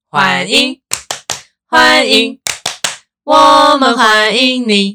欢迎，欢迎，我们欢迎你。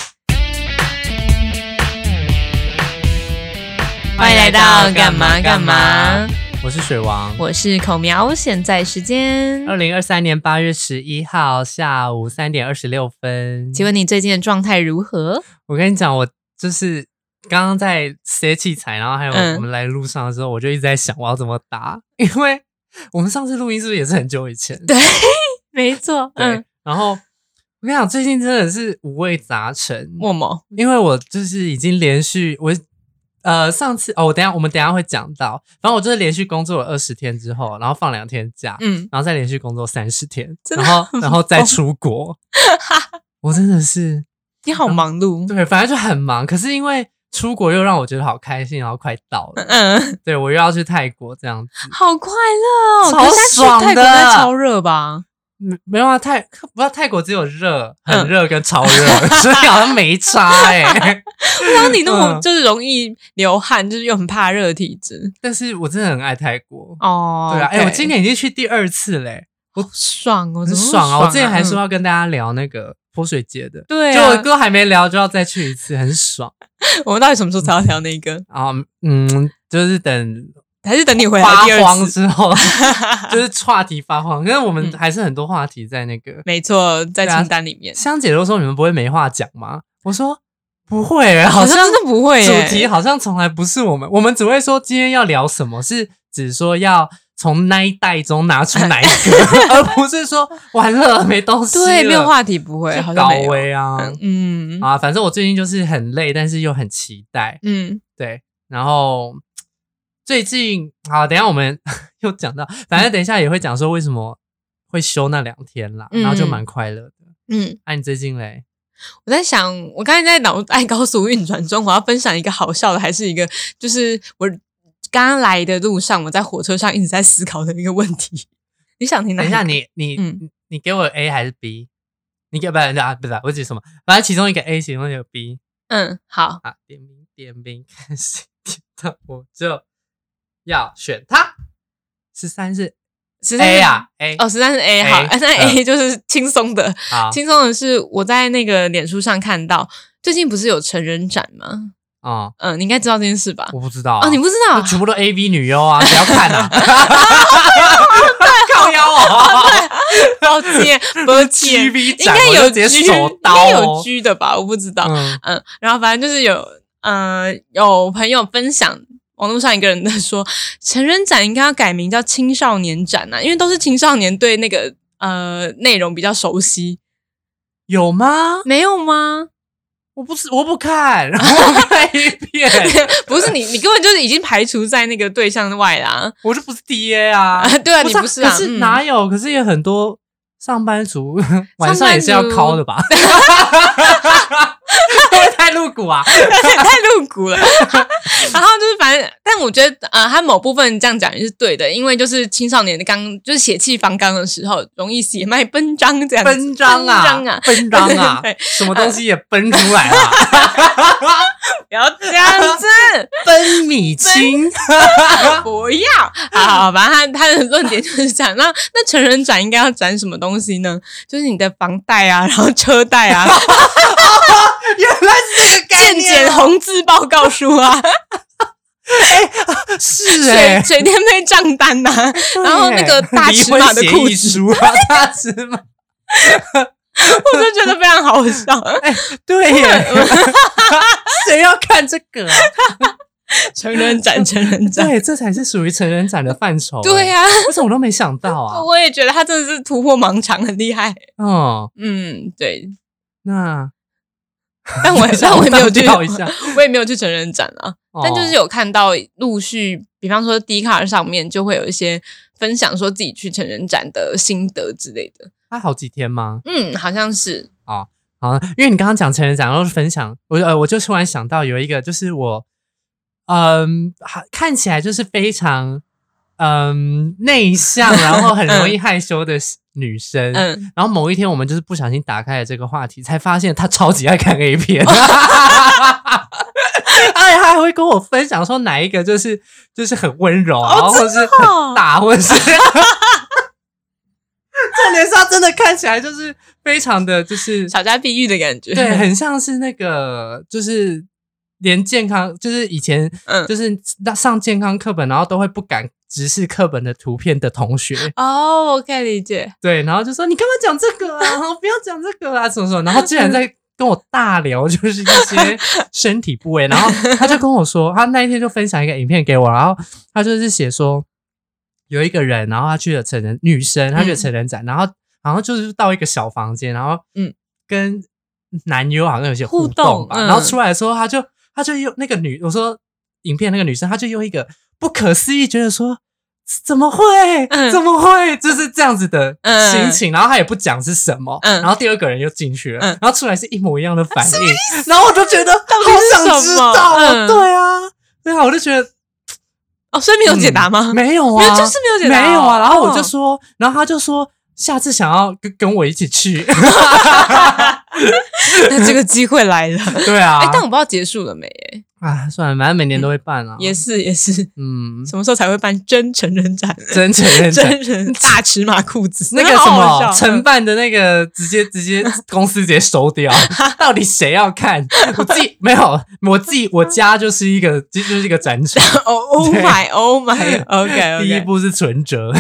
欢迎来到干嘛干嘛？ 我是水王， 我是口苗。现在时间 2023年8月11号下午3点26分。 请问你最近的状态如何？ 我跟你讲，我就是刚刚在塞器材，然后还有我们来路上的时候，我就一直在想我要怎么打，因为我们上次录音是不是也是很久以前？ 对，没错。 对，然后我跟你讲，最近真的是五味杂陈。 默默， 因为我就是已经连续上次我们等一下会讲到，反正我就是连续工作了20天之后，然后放2天假，然后再连续工作30天，然后再出国。我真的是你好忙碌， 对，反正就很忙。可是因为出国又让我觉得好开心，然后快到了，对，我又要去泰国这样子， 好快乐哦， 超爽的。 泰国在超热吧？ 没有啊，不知道泰国只有热，很热跟超热，所以好像没差不然你那么就是容易流汗，就是又很怕热体质。 但是我真的很爱泰国哦， 对啊，我今年已经去第2次嘞， 好爽哦， 很爽啊！我之前还说要跟大家聊那个泼水节的， 对啊， 就我哥还没聊就要再去一次，很爽。 我们到底什么时候才要聊那个？ 就是等。 还是等你回来第2次发荒之后，就是话题发荒。可是我们还是很多话题在那个， 没错，在清单里面。 香姐都说你们不会没话讲吗？我说不会好像真的不会主题好像从来不是我们只会说今天要聊什么，是只说要从那一袋中拿出哪一个，而不是说完了没东西了。 对，没有话题不会，好像没有。 高危啊，反正我最近就是很累，但是又很期待。对，然后。最近好，等一下我们又讲到，反正等一下也会讲说为什么会休那2天啦，然后就蛮快乐的。你最近嘞？ 我在想，我刚才在脑袋高速运转中，我要分享一个好笑的，还是一个就是我刚刚来的路上，我在火车上一直在思考的一个问题。你想听哪一个？ 等一下，你给我 A 还是 B？ 你给不是，我指什么？反正其中一个 A， 其中一个 B。 好啊，点名看谁点到我就。要选它，13是 A 啊 ，A 13是 A 好，那 A 就是轻松的，轻松的是我在那个脸书上看到，最近不是有成人展吗？你应该知道这件事吧？ 我不知道你不知道， 全部都 AV 女优啊，谁要看啊？ 靠腰抱歉，应该有 G， 应该有 G 的吧？我不知道，然后反正就是有朋友分享。网络上一个人在说，成人展应该要改名叫青少年展啊，因为都是青少年对那个内容比较熟悉。 有吗？ 没有吗？ 我不看，我看一遍。 不是你根本就是已经排除在那个对象外啦。 我就不是 TA 啊。 对啊，你不是啊。 可是哪有？可是有很多上班族晚上也是要call的吧？会不会太露骨啊？ 太露骨了。然后就是反正，但我觉得他某部分这样讲也是对的，因为就是青少年的就是血气方刚的时候，容易血脉奔张这样子。奔张啊！ 什么东西也奔出来了。 不要这样子， 奔米青。 不要。好，反正他的论点就是这样。那成人展应该要展什么东西呢？就是你的房贷啊，然后车贷啊。 原来是这个概念。 健检红字报告书啊。 是水电费账单啊，然后那个大尺码的裤子啊，大尺码。 我就觉得非常好笑。 对耶。谁要看这个啊？ 成人展， 对，这才是属于成人展的范畴。 对啊， 为什么我都没想到啊？ 我也觉得他真的是突破盲肠，很厉害。对。但我也没有去我也没有去成人展啊。但就是有看到陆续，比方说 Dcard 上面就会有一些分享说自己去成人展的心得之类的。 他好几天吗？ 好像是。 好，因为你刚刚讲成人展，然后分享，我就突然想到有一个，就是我看起来就是非常内向，然后很容易害羞的女生。然后某一天我们就是不小心打开了这个话题，才发现她超级爱看 A 片。而且他还会跟我分享说哪一个就是很温柔，然后或是很大，或者是是他真的看起来就是非常的就是小家碧玉的感觉， 对，很像是那个就是连健康就是以前就是上健康课本然后都会不敢直视课本的图片的同学哦，我可以理解， 对，然后就说你干嘛讲这个啊，不要讲这个啊什么什么，然后竟然在跟我大聊就是一些身体部位，然后他就跟我说他那一天就分享一个影片给我，然后他就是写说有一个人然后他去了成人女生他去了成人展，然后就是到一个小房间，然后跟男优好像有些互动吧，然后出来的时候他就用那个我说影片那个女生她就用一个不可思议觉得说怎么会就是这样子的心情，然后他也不讲是什么，然后第二个人又进去了，然后出来是一模一样的反应，然后我就觉得好想知道对啊我就觉得所以没有解答吗？ 没有啊， 就是没有解答， 没有啊，然后我就说然后他就说下次想要跟我一起去那这个机会来了， 对啊但我不知道结束了没算了，反正每年都会办啊。 也是，什么时候才会办真成人展？ 真成人展， 真人大尺码裤子， 那个什么承办的那个直接公司直接收掉，到底谁要看？我自己没有，我家就是一个展场。 Oh my OK， 第一步是存折，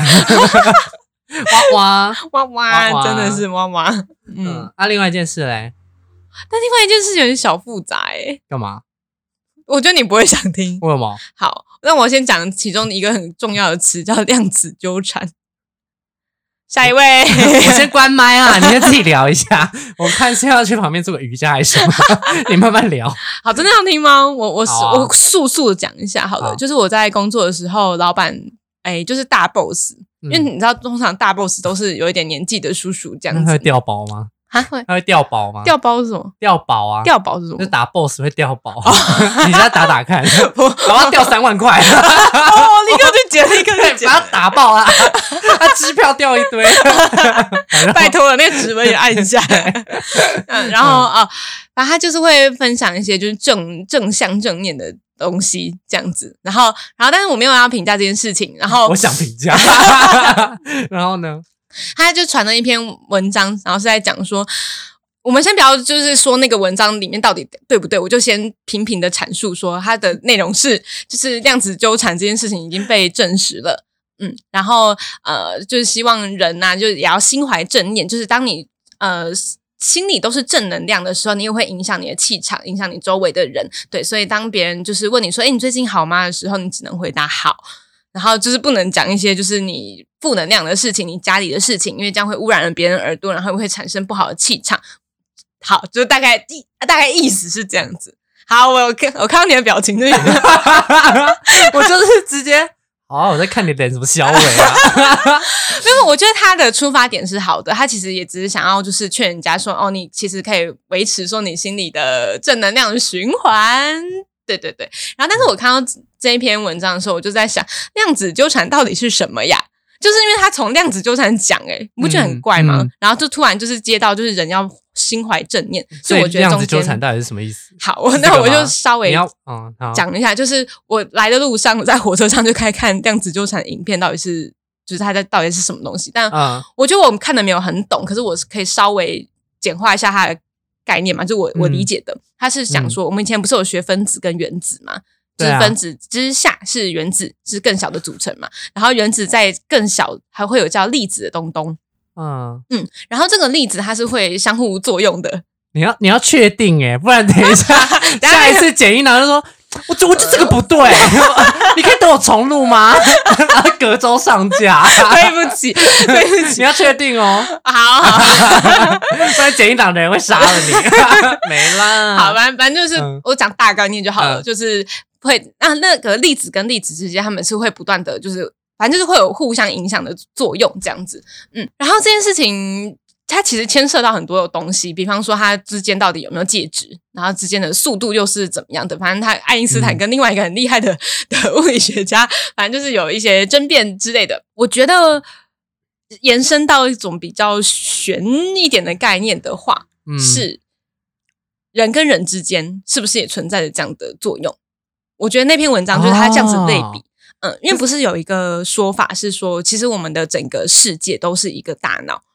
哇哇， 真的是哇哇。 另外一件事嘞， 但另外一件事有点小复杂干嘛？ 我觉得你不会想听， 为什么？ 好，那我先讲其中一个很重要的词，叫量子纠缠。下一位， 我先关麦啊，你先自己聊一下。我看是要去旁边做个瑜伽还是什么，你慢慢聊。 好，真的要听吗？我速的讲一下好了，就是我在工作的时候，老板就是大 boss，因为你知道通常大 boss 都是有一点年纪的叔叔这样子。 他会调包吗？他会调包吗？ 调包是什么？ 调包啊！ 调包是什么？ 就打 boss 会调包，你再打看，然后调3万块。 立刻去捡， 把他打爆啊！他支票掉一堆， 拜托了，那个指纹也按一下。然后反正他就是会分享一些就是正向正念的东西这样子，然后但是我没有要评价这件事情，然后我想评价，然后呢？ 他就传了一篇文章，然后是在讲说，我们先不要就是说那个文章里面到底对不对，我就先平平的阐述说它的内容是，就是量子纠缠这件事情已经被证实了，然后就是希望人啊，就是也要心怀正念，就是当你心里都是正能量的时候，你也会影响你的气场，影响你周围的人，对，所以当别人就是问你说，你最近好吗的时候，你只能回答好。然后就是不能讲一些就是你负能量的事情，你家里的事情，因为这样会污染了别人耳朵，然后会产生不好的气场。好，就大概意思是这样子。好，我看到你的表情，对我就是直接，我在看你脸什么小尾啊。 因为我觉得他的出发点是好的，他其实也只是想要就是劝人家说，你其实可以维持说你心里的正能量的循环。对，然后但是我看到这一篇文章的时候，我就在想量子纠缠到底是什么呀？就是因为他从量子纠缠讲你不觉得很怪吗？然后就突然就是接到就是人要心怀正念，所以我觉得量子纠缠到底是什么意思？ 好，那我就稍微讲一下，就是我来的路上，我在火车上就开始看量子纠缠影片，就是它到底是什么东西？但我觉得我看的没有很懂，可是我是可以稍微简化一下它的概念嘛，就我理解的，他是想说，我们以前不是有学分子跟原子嘛？就是分子之下是原子，是更小的组成嘛。然后原子在更小还会有叫粒子的东东，然后这个粒子它是会相互作用的。 你要确定不然等一下下一次剪一拿就说。我觉得这个不对，你可以等我重录吗？然后隔周上架。 对不起， 你要确定哦。 好， 不然剪一档的人会杀了你。没啦。 好，反正就是我讲大概念就好了，就是会让那个粒子跟粒子之间，他们是会不断的，就是反正就是会有互相影响的作用，这样子。然后这件事情。它其实牵涉到很多的东西，比方说它之间到底有没有介质，然后之间的速度又是怎么样的，反正爱因斯坦跟另外一个很厉害的物理学家，反正就是有一些争辩之类的。我觉得延伸到一种比较玄一点的概念的话，是人跟人之间是不是也存在着这样的作用？我觉得那篇文章就是他这样子类比。因为不是有一个说法是说，其实我们的整个世界都是一个大脑，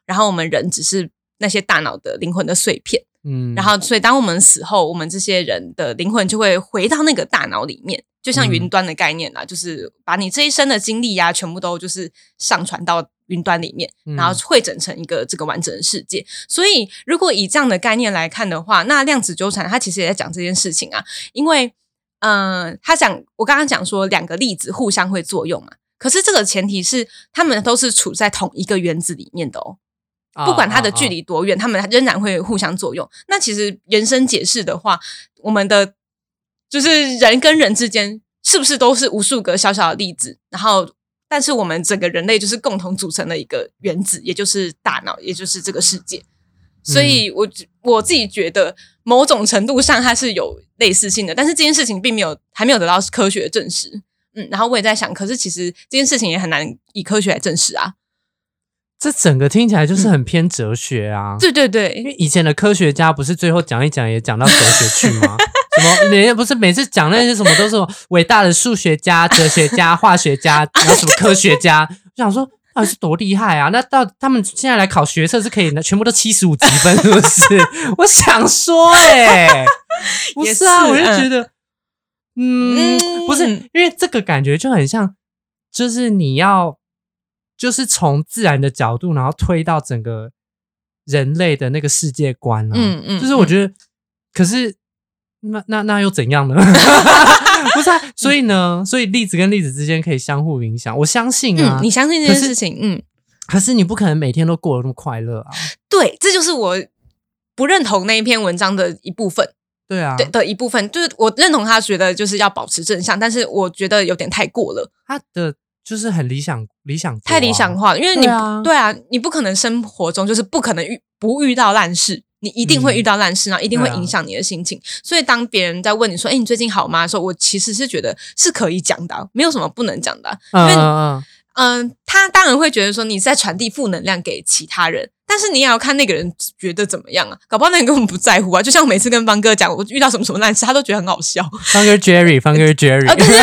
然后我们人只是那些大脑的灵魂的碎片。然后所以当我们死后，我们这些人的灵魂就会回到那个大脑里面，就像云端的概念啦，就是把你这一生的经历啊，全部都就是上传到云端里面，然后汇整成一个这个完整的世界。所以如果以这样的概念来看的话，那量子纠缠它其实也在讲这件事情啊，因为他讲我刚刚讲说两个粒子互相会作用嘛，可是这个前提是他们都是处在同一个原子里面的哦。不管它的距离多远，他们仍然会互相作用。那其实延伸解释的话，我们的就是人跟人之间是不是都是无数个小小的粒子，然后但是我们整个人类就是共同组成了一个原子，也就是大脑，也就是这个世界。所以我自己觉得某种程度上它是有类似性的，但是这件事情还没有得到科学的证实。然后我也在想，可是其实这件事情也很难以科学来证实啊。 这整个听起来就是很偏哲学啊。 对对对， 因为以前的科学家不是最后讲一讲也讲到哲学去吗？什么人家不是每次讲那些什么都是伟大的数学家、哲学家、化学家，然后什么科学家，我想说到底是多厉害啊？那到他们现在来考学测是可以全部都75几分，是不是？我想说不是啊，我就觉得不是，因为这个感觉就很像，就是你要就是从自然的角度，然后推到整个人类的那个世界观啊。就是我觉得，可是那又怎样呢？不是啊，所以粒子跟粒子之间可以相互影响，我相信啊。 你相信这件事情， 可是你不可能每天都过得那么快乐啊。 对，这就是我不认同那一篇文章的一部分。 对啊， 对的一部分，就是我认同他觉得就是要保持正向，但是我觉得有点太过了。 他的就是很理想太理想化了，因为你对啊，你不可能生活中就是不可能不遇到烂事，你一定会遇到烂事，然后一定会影响你的心情。所以当别人在问你说你最近好吗的时候，我其实是觉得是可以讲的，没有什么不能讲的。因为他当然会觉得说你是在传递负能量给其他人，但是你也要看那个人觉得怎么样啊，搞不好那个人根本不在乎啊。就像我每次跟方哥讲我遇到什么烂事，他都觉得很好笑。 方哥 Jerry 对，就是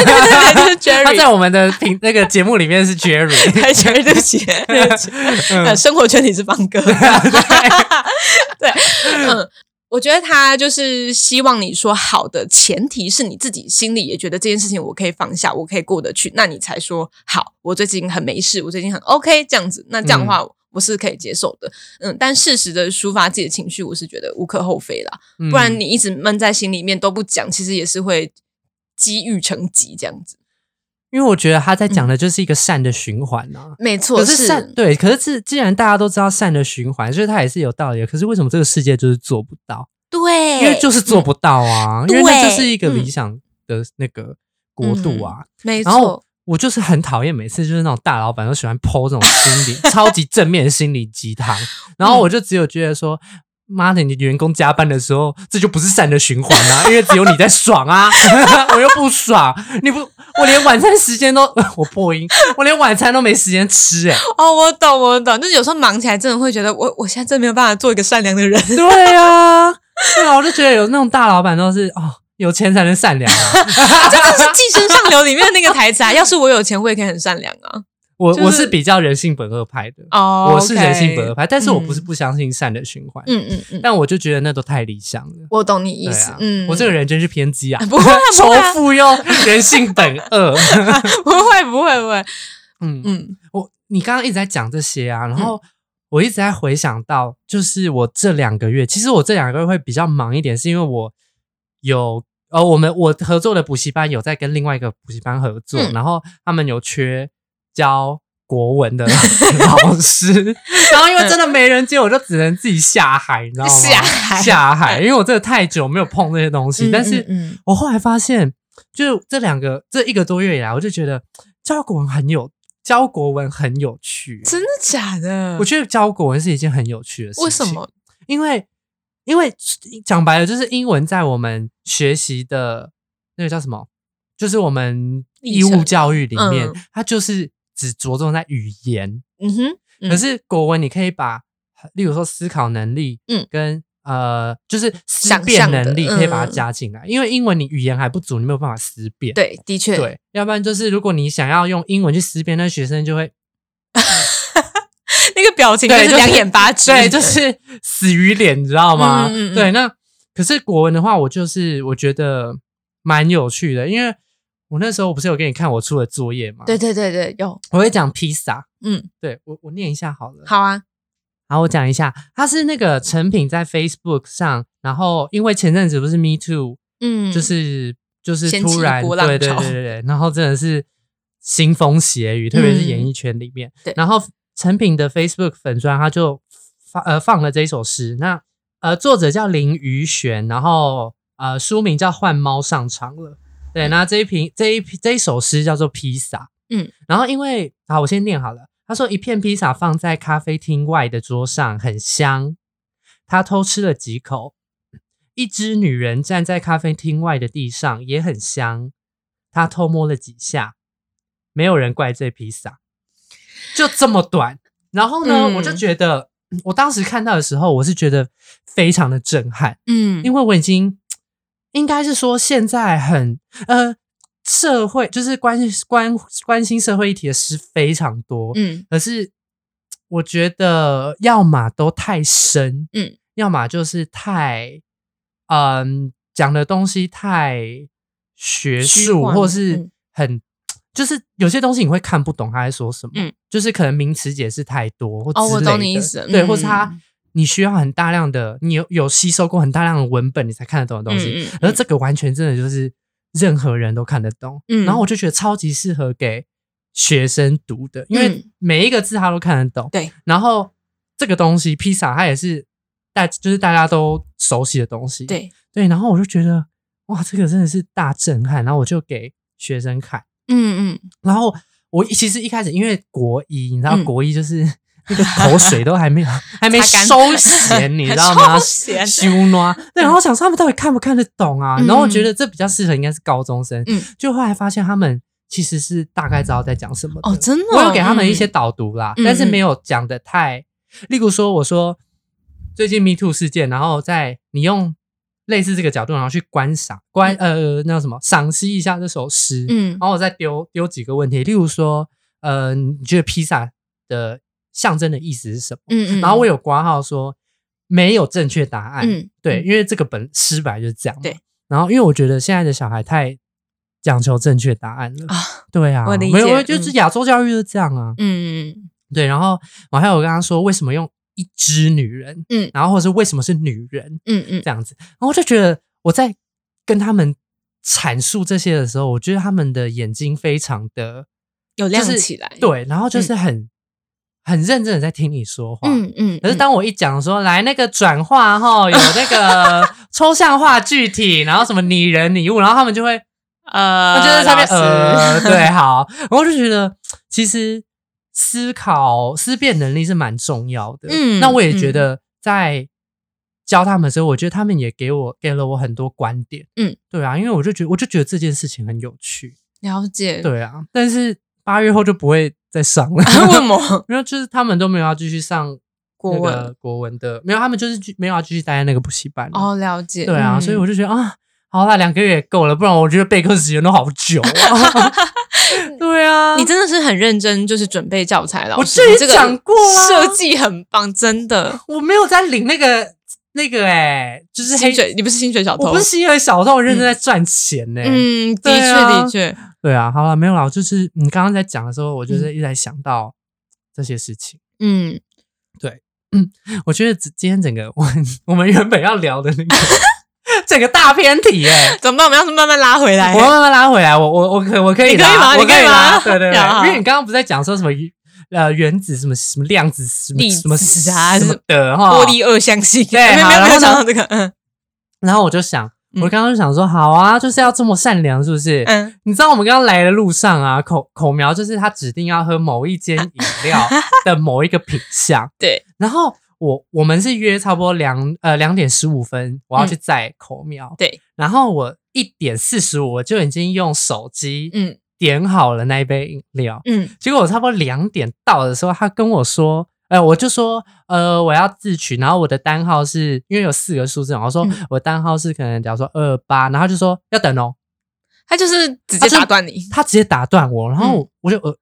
Jerry， 他在我们的那个节目里面是 Jerry， Jerry 对不起，生活圈里是方哥。对，我觉得他就是希望你说好的前提是你自己心里也觉得这件事情我可以放下，我可以过得去，那你才说好，我最近很没事，我最近很 OK 这样子。那这样的话我是可以接受的。但适时的抒发自己的情绪，我是觉得无可厚非啦。不然你一直闷在心里面都不讲，其实也是会积郁成疾这样子。 因为我觉得他在讲的就是一个善的循环啊。 没错， 可是善对，可是既然大家都知道善的循环，所以它也是有道理的。可是为什么这个世界就是做不到？ 对， 因为就是做不到啊。因为那就是一个理想的那个国度啊。 没错。 然后我就是很讨厌每次就是那种大老板都喜欢 po 这种心理超级正面的心理鸡汤，然后我就只有觉得说，妈的，你员工加班的时候，这就不是善的循环啊，因为只有你在爽啊，我又不爽，我连晚餐时间都我破音，我连晚餐都没时间吃我懂，就是有时候忙起来真的会觉得我现在真的没有办法做一个善良的人。 对啊，我就觉得有那种大老板都是有钱才能善良啊。 这就是《寄生上流》里面的那个台词啊，要是我有钱我也可以很善良啊。 我是比较人性本恶派的。我是人性本恶派，但是我不是不相信善的循环。但我就觉得那都太理想了。我懂你意思。 我这个人真是偏激啊。 不会仇富又人性本恶。 不会。 你刚刚一直在讲这些啊，然后我一直在回想到，就是我这2个月，其实我这2个月会比较忙一点，是因为我有我合作的补习班有在跟另外一个补习班合作，然后他们有缺教国文的老师，然后因为真的没人接，我就只能自己下海，你知道吗？下海，因为我真的太久没有碰这些东西。但是我后来发现，就是这1个多月以来，我就觉得教国文很有趣。 真的假的？ 我觉得教国文是一件很有趣的事情。 为什么？ 因为讲白了，就是英文在我们学习的那个叫什么，就是我们义务教育里面，它就是只着重在语言。可是国文你可以把，例如说思考能力，跟就是思辨能力可以把它加进来。因为英文你语言还不足，你没有办法思辨。 对，的确。 对，要不然就是如果你想要用英文去思辨，那学生就会。 那个表情就是两眼发直， 对，就是死鱼脸，你知道吗？对，那可是国文的话，我觉得蛮有趣的，因为我那时候不是有给你看我出的作业吗？ 对，有， 我会讲披萨，对，我念一下好了。 好啊。 好，我讲一下，它是那个成品在 Facebook 上，然后因为前阵子不是 Me Too，就是突然对，然后真的是腥风血雨，特别是演艺圈里面。对，然后成品的 Facebook 粉专他就放了这一首诗，那作者叫林于璇，然后书名叫《换猫上场了》。对，那这一首诗叫做披萨。然后因为好，我先念好了。他说一片披萨放在咖啡厅外的桌上很香，他偷吃了几口。一只女人站在咖啡厅外的地上也很香，他偷摸了几下。没有人怪这披萨，就这么短。然后呢，我就觉得我当时看到的时候，我是觉得非常的震撼。因为我已经应该是说现在很社会就是关心社会议题的诗非常多，可是我觉得要么都太深，要么就是太讲的东西太学术，或是很就是有些东西你会看不懂他在说什么，就是可能名词解释太多或之类的， 我懂你意思， 对，或是你需要很大量的，你有吸收過很大量的文本，你才看得懂的东西，而这个完全真的就是任何人都看得懂，然后我就觉得超级适合给学生读的，因为每一个字他都看得懂，对，然后这个东西披萨它也是就是大家都熟悉的东西，对，然后我就觉得哇，这个真的是大震撼，然后我就给学生看，然后我其实一开始因为国一，你知道国一就是那个口水都还没收咸，你知道吗？羞挪，对，然后想说他们到底看不看得懂啊？然后我觉得这比较适合应该是高中生，就后来发现他们其实是大概知道在讲什么的。真的，我有给他们一些导读啦，但是没有讲的太，例如说我说最近 Me Too 事件，然后你用类似这个角度，然后去观赏那叫什么赏析一下这首诗，然后我再丢几个问题，例如说你觉得披萨的象征的意思是什么？然后我有括号说没有正确答案，对，因为这个诗本来就是这样，对。然后因为我觉得现在的小孩太讲求正确答案了，对啊，没有，就是亚洲教育就是这样啊，对。然后我还有跟他说为什么用一只女人，然后或者是为什么是女人，这样子。然后我就觉得我在跟他们阐述这些的时候，我觉得他们的眼睛非常的有亮起来， 对，然后就是很认真的在听你说话，可是当我一讲说来那个转化有那个抽象化具体，然后什么拟人拟物，然后他们就会就是上面对，好，然后我就觉得其实思辨能力是蛮重要的，那我也觉得在教他们的时候，我觉得他们也给了我很多观点，对啊，因为我就觉得这件事情很有趣， 了解， 对啊，但是8月后就不会再上了， 为什么？ 没有，就是他们都没有要继续上国文的，没有，他们就是没有要继续待在那个补习班。 哦，了解。 对啊，所以我就觉得啊，好啦，2个月也够了，不然我觉得备课时间都好久啊。对啊， 你真的是很认真，就是准备教材老师。 我之前讲过啊， 设计很棒，真的。 我没有在领那个就是薪水，你不是薪水小偷， 我不是薪水小偷，我认真在赚钱呢。 的确， 对啊，好了，没有啦，就是你刚刚在讲的时候，我就是一直在想到这些事情。对，我觉得今天整个我们原本要聊的那个整个大偏题怎么办？我们要是慢慢拉回来， 我慢慢拉回来，我可以拉， 我可以拉，对，因为你刚刚不是在讲说什么原子什么量子什么啊什么的玻璃二象性， 对， 没有想到这个， 然后我就想。我刚刚就想说，好啊，就是要这么善良，是不是？你知道我们刚刚来的路上啊，口苗就是他指定要喝某一间饮料的某一个品项，对。然后我们是约差不多2点15分，我要去载口苗，对。然后我1点45我就已经用手机点好了那一杯饮料，结果我差不多2点到的时候，他跟我说。我就说，我要自取，然后我的单号是因为有4个数字，然后说我的单号是可能假如说28，然后他就说要等哦， 他就是直接打断你， 他直接打断我，然后我就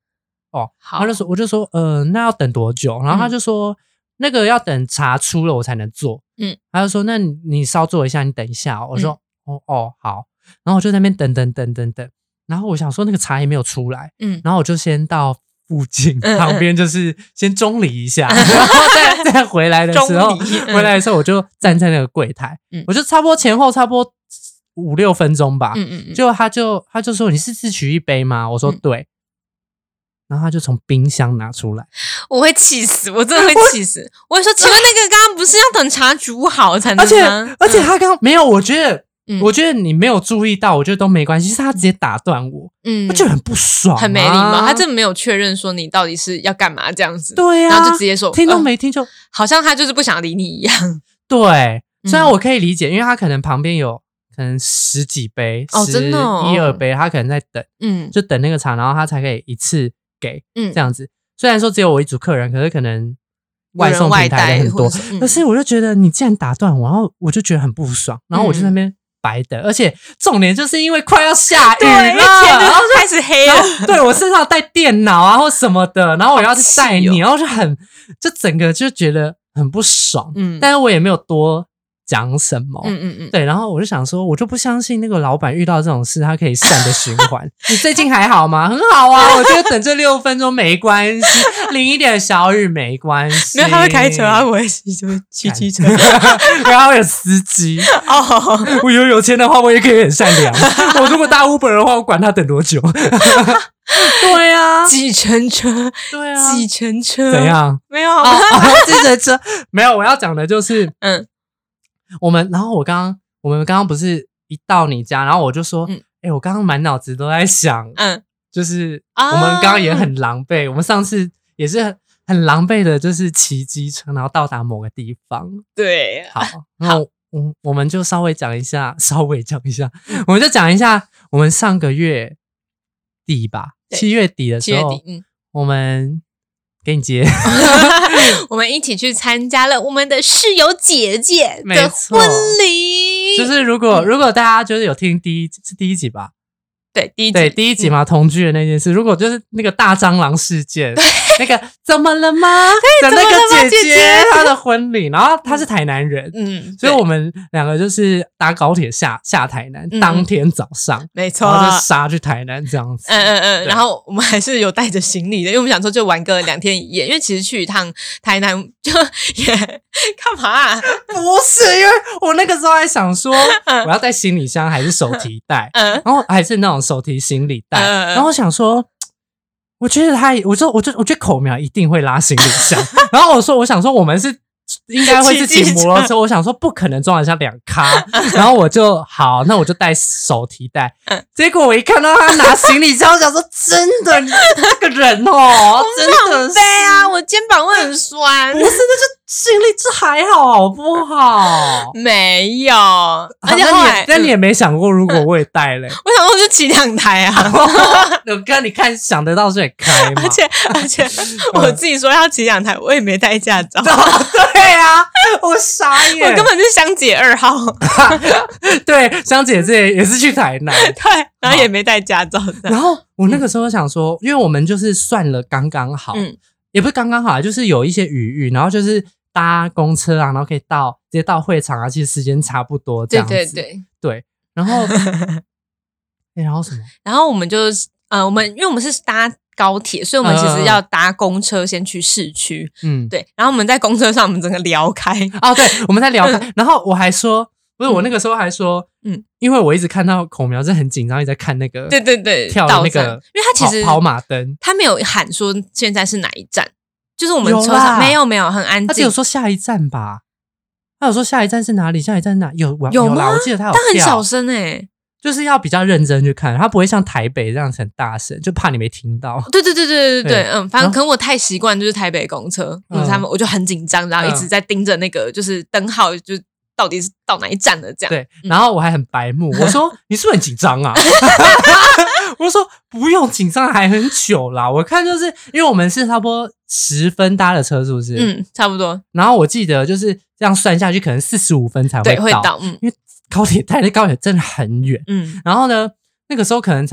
哦，他就说我就说那要等多久？然后他就说那个要等茶出了我才能做。他就说那你稍坐一下，你等一下。我说哦好。然后我就在那边等，然后我想说那个茶也没有出来，然后我就先到附近旁边，就是先中离一下，然后再回来的时候，我就站在那个柜台，我就差不多前后差不多5-6分钟吧，结果他就说你是自取一杯吗？我说对，然后他就从冰箱拿出来， 我会气死，我真的会气死。我会说，请问那个刚刚不是要等茶煮好才能吗？ 而且他刚刚没有，我觉得你没有注意到，我觉得都没关系，是他直接打断我，我觉得很不爽， 很没礼貌。他真的没有确认说你到底是要干嘛这样子， 对啊， 然后就直接说听都没听就， 好像他就是不想理你一样。 对，虽然我可以理解，因为他可能旁边有可能10几杯， 真的 1-2杯，他可能在等，就等那个茶，然后他才可以一次给，这样子。虽然说只有我一组客人，可是可能外送平台的很多，可是我就觉得你既然打断我，然后我就觉得很不爽，然后我就在那边白等，而且重点就是因为快要下雨了， 然后开始黑了， 对，我身上带电脑啊或什么的，然后我要去载你，然后就整个就觉得很不爽，但是我也没有多讲什么，对，然后我就想说，我就不相信那个老板遇到这种事，他可以善的循环。你最近还好吗？很好啊，我觉得等这6分钟没关系，淋一点小雨没关系。 没有，他会开车，他不会就骑机车， 然后有司机。我有钱的话，我也可以很善良。我如果搭 Uber 的话，我管他等多久。对啊， 计程车， 对啊， 计程车怎样？ 没有， 计程车没有。我要讲的就是，我们刚刚不是一到你家，然后我就说，我刚刚满脑子都在想，就是我们刚刚也很狼狈，我们上次也是很狼狈的，就是骑机车然后到达某个地方。 对， 好，然后我们就稍微讲一下，我们就讲一下我们上个月底吧，7月底的时候，我们给你接我们一起去参加了我们的室友姐姐的婚礼。 就是如果大家就是有听第一集吧， 对第一集嘛，同居的那件事，如果就是那个大蟑螂事件，那个怎么了吗？的那个姐姐她的婚礼，然后她是台南人，所以我们两个就是搭高铁下台南，当天早上， 没错， 然后就杀去台南这样子， 然后我们还是有带着行李的，因为我们想说就玩个2天1夜，因为其实去一趟台南就也干嘛？ 不是，因为我那个时候还想说，我要带行李箱还是手提袋，然后还是那种手提行李袋，然后我想说。我觉得我觉得口苗一定会拉行李箱，然后我想说我们是应该会是骑摩托车，我想说不可能装得下2咖，然后我就好，那我就带手提袋，结果我一看到他拿行李箱，我想说真的，你这个人哦，真的是啊，我肩膀会很酸， 不是，那是行李这还好不好？ 没有，而且后来， 但你也没想过，如果我也带嘞， 我想说就骑2台啊。 你看想得到就也开嘛。 而且我自己说要骑2台，我也没带驾照。 对啊，我傻眼， 我根本就是香姐2号。 对，香姐这也是去台南， 对，然后也没带驾照。 然后我那个时候想说，因为我们就是算了刚刚好，也不是刚刚好，就是有一些余裕，然后就是搭公车啊，然后可以直接到会场啊，其实时间差不多这样子。对，然后然后什么？ 然后我们就因为我们是搭高铁，所以我们其实要搭公车先去市区。对。然后我们在公车上，我们整个聊开。哦， 对，我们在聊开。然后我还说，不是我那个时候还说，因为我一直看到口苗是很紧张，一直在看那个， 对， 跳那个， 因为他其实跑马灯， 他没有喊说现在是哪一站，就是我们车上没有很安静， 他只有说下一站吧。他有说下一站是哪里？下一站是哪？有吗？ 我记得他有， 但很小声就是要比较认真去看，他不会像台北这样很大声，就怕你没听到。 对，反正可能我太习惯就是台北公车，我就很紧张，然后一直在盯着那个就是灯号，就到底是到哪一站了这样。 对，然后我还很白目，我说你是不是很紧张啊？我说不用紧张，还很久啦。我看就是因为我们是差不多10分搭的车，是不是？ 差不多。 然后我记得就是这样算下去，可能45分才会到。因为台北高铁真的很远。然后呢，那个时候可能才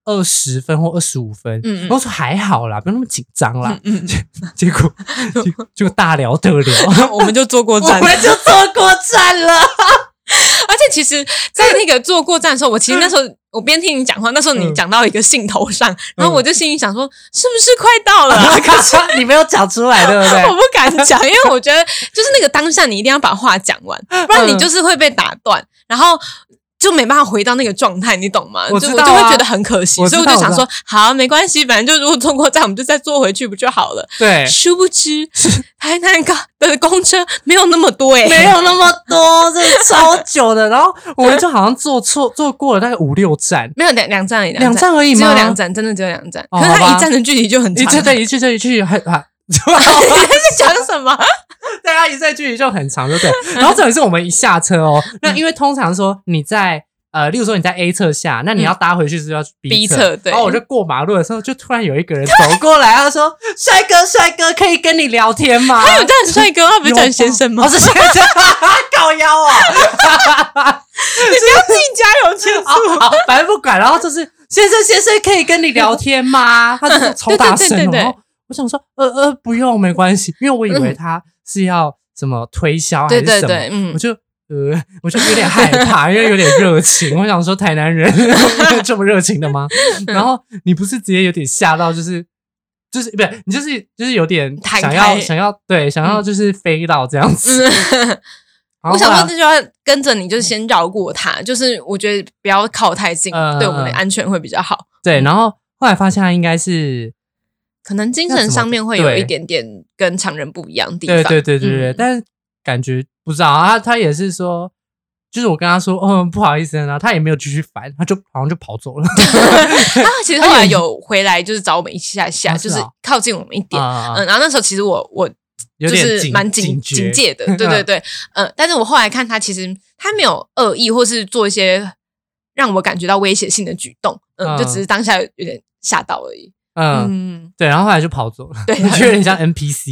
20分或25分，然后说还好啦，不用那么紧张啦。结果大聊特聊， 我们就坐过站了。 而且其实，在那个坐过站的时候，我其实那时候我边听你讲话，那时候你讲到一个兴头上，然后我就心里想说，是不是快到了啊？ 可是你没有讲出来，对不对？ 我不敢讲，因为我觉得就是那个当下，你一定要把话讲完，不然你就是会被打断，然后就没办法回到那个状态，你懂吗？ 我就会觉得很可惜，所以我就想说，好，没关系，反正就如果坐过站，我们就再坐回去不就好了？ 对， 殊不知台南的公车没有那么多没有那么多，真的超久的。然后我们就好像坐过了大概5-6站， 没有2站而已 ，2站而已吗？ 只有2站，真的只有2站。可是它1站的距离就很长， 一去很。 你在讲什么？ 对啊，一站距离就很长，对不对？然后这也是我们一下车哦，那因为通常说你在例如说你在 A 侧下，那你要搭回去是要 B 侧， 对。 然后我就过马路的时候，就突然有一个人走过来，他说：“帅哥，可以跟你聊天吗？” 他有叫帅哥，他不是叫先生吗？ 是先生，靠腰啊！ 你不要自己加油添醋。 好，反正不管。然后就是先生，可以跟你聊天吗？他就是超大声，然后我想说，不用，没关系，因为我以为他是要什么推销还是什么， 对， 我就有点害怕，因为有点热情。我想说，台南人这么热情的吗？然后你不是直接有点吓到，就是不是你就是有点想要就是飞到这样子。 我想说，这就要跟着你，就是先绕过他，就是我觉得不要靠太近，对我们的安全会比较好。 对，然后后来发现他应该是可能精神上面会有一点点跟常人不一样的地方。 对，但是感觉不知道他也是说，就是我跟他说不好意思啊，他也没有继续烦，他就好像就跑走了。 他其实后来有回来，就是找我们一下，就是靠近我们一点。然后那时候其实我就是蛮警戒的，对，但是我后来看他其实他没有恶意或是做一些让我感觉到威胁性的举动，就只是当下有点吓到而已。 对，然后后来就跑走了， 对， 我觉得有点像 NPC，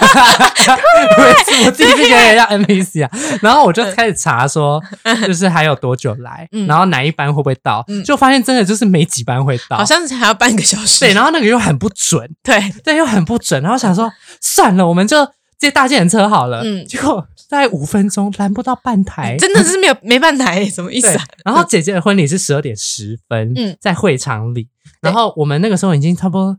我自己觉得有点像 NPC 啊。然后我就开始查说，就是还有多久来，然后哪一班会不会到，就发现真的就是没几班会到， 好像是还要半个小时。 对，然后那个又很不准，对，又很不准。然后想说算了，我们就接大计程车好了。结果大概5分钟拦不到半台， 真的是没半台，什么意思啊？ 然后姐姐的婚礼是12点10分，在会场里。然后我们那个时候已经差不多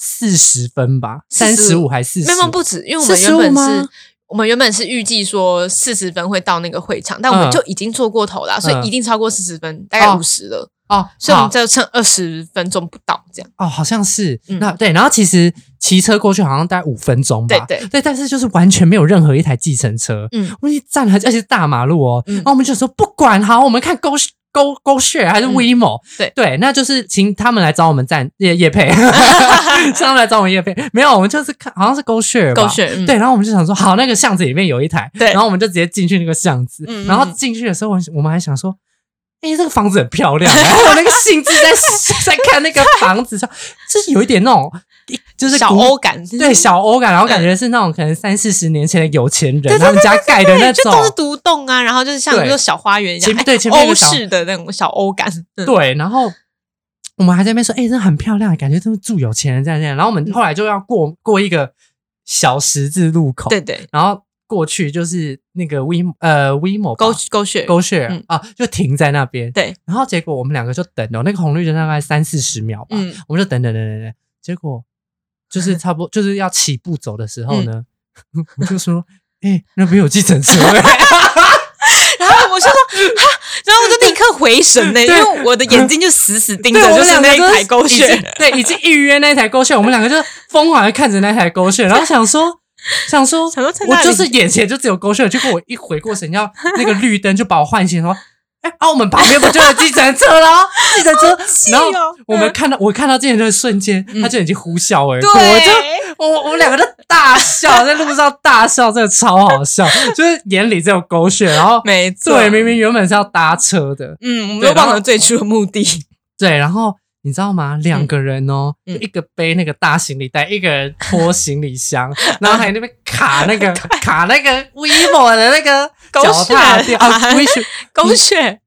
40分吧，35还40， 没有不止，因为我们原本是预计说40分会到那个会场，但我们就已经做过头了，所以一定超过40分，大概50了。所以我们就剩20分钟不到这样。 好像是那对，然后其实骑车过去好像大概5分钟吧。 对， 但是就是完全没有任何一台计程车。我们一站了，而且是大马路哦。然后我们就说不管，好，我们看GoShare 还是 WeMo。对，那就是请他们来找我们站业配，请他们来找我们业配。没有，我们就是看好像是 GoShare 吧。对，然后我们就想说，好，那个巷子里面有一台，然后我们就直接进去那个巷子。然后进去的时候，我们还想说。这个房子很漂亮，然后我那个兴致在看那个房子上，就是有一点那种，就是小欧感， 对，小欧感，然后感觉是那种可能30-40年前的有钱人他们家盖的那种， 就都是独栋啊，然后就是像一个小花园一样， 对，前面欧式的那种小欧感， 对，然后我们还在那边说，这很漂亮，感觉都是住有钱人在那，然后我们后来就要过一个小十字路口， 对， 然后。过去就是那个 WeMo GoShare 就停在那边。对，然后结果我们两个就等那个红绿灯大概30-40秒吧，我们就等，结果就是差不多就是要起步走的时候呢，我就说，那边有计程车。 然后我就说然后我就立刻回神因为我的眼睛就死盯着，就是那一台GoShare， 对，已经预约那一台GoShare，我们两个就疯狂的看着那台GoShare，然后想说，我就是眼前就只有GoShare，结果我一回过神，要那个绿灯就把我唤醒，说，我们旁边不就有计程车了？计程车，然后我看到计程车的瞬间，他就已经呼啸而过，我们两个都大笑，在路上大笑，真的超好笑，就是眼里只有GoShare，然后没错， 对，明明原本是要搭车的， 我们都忘了最初的目的， 对，然后。你知道吗？2个人就一个背那个大行李袋，一个人拖行李箱，然后还那边卡那个 WeMo 的那个脚踏垫GoShare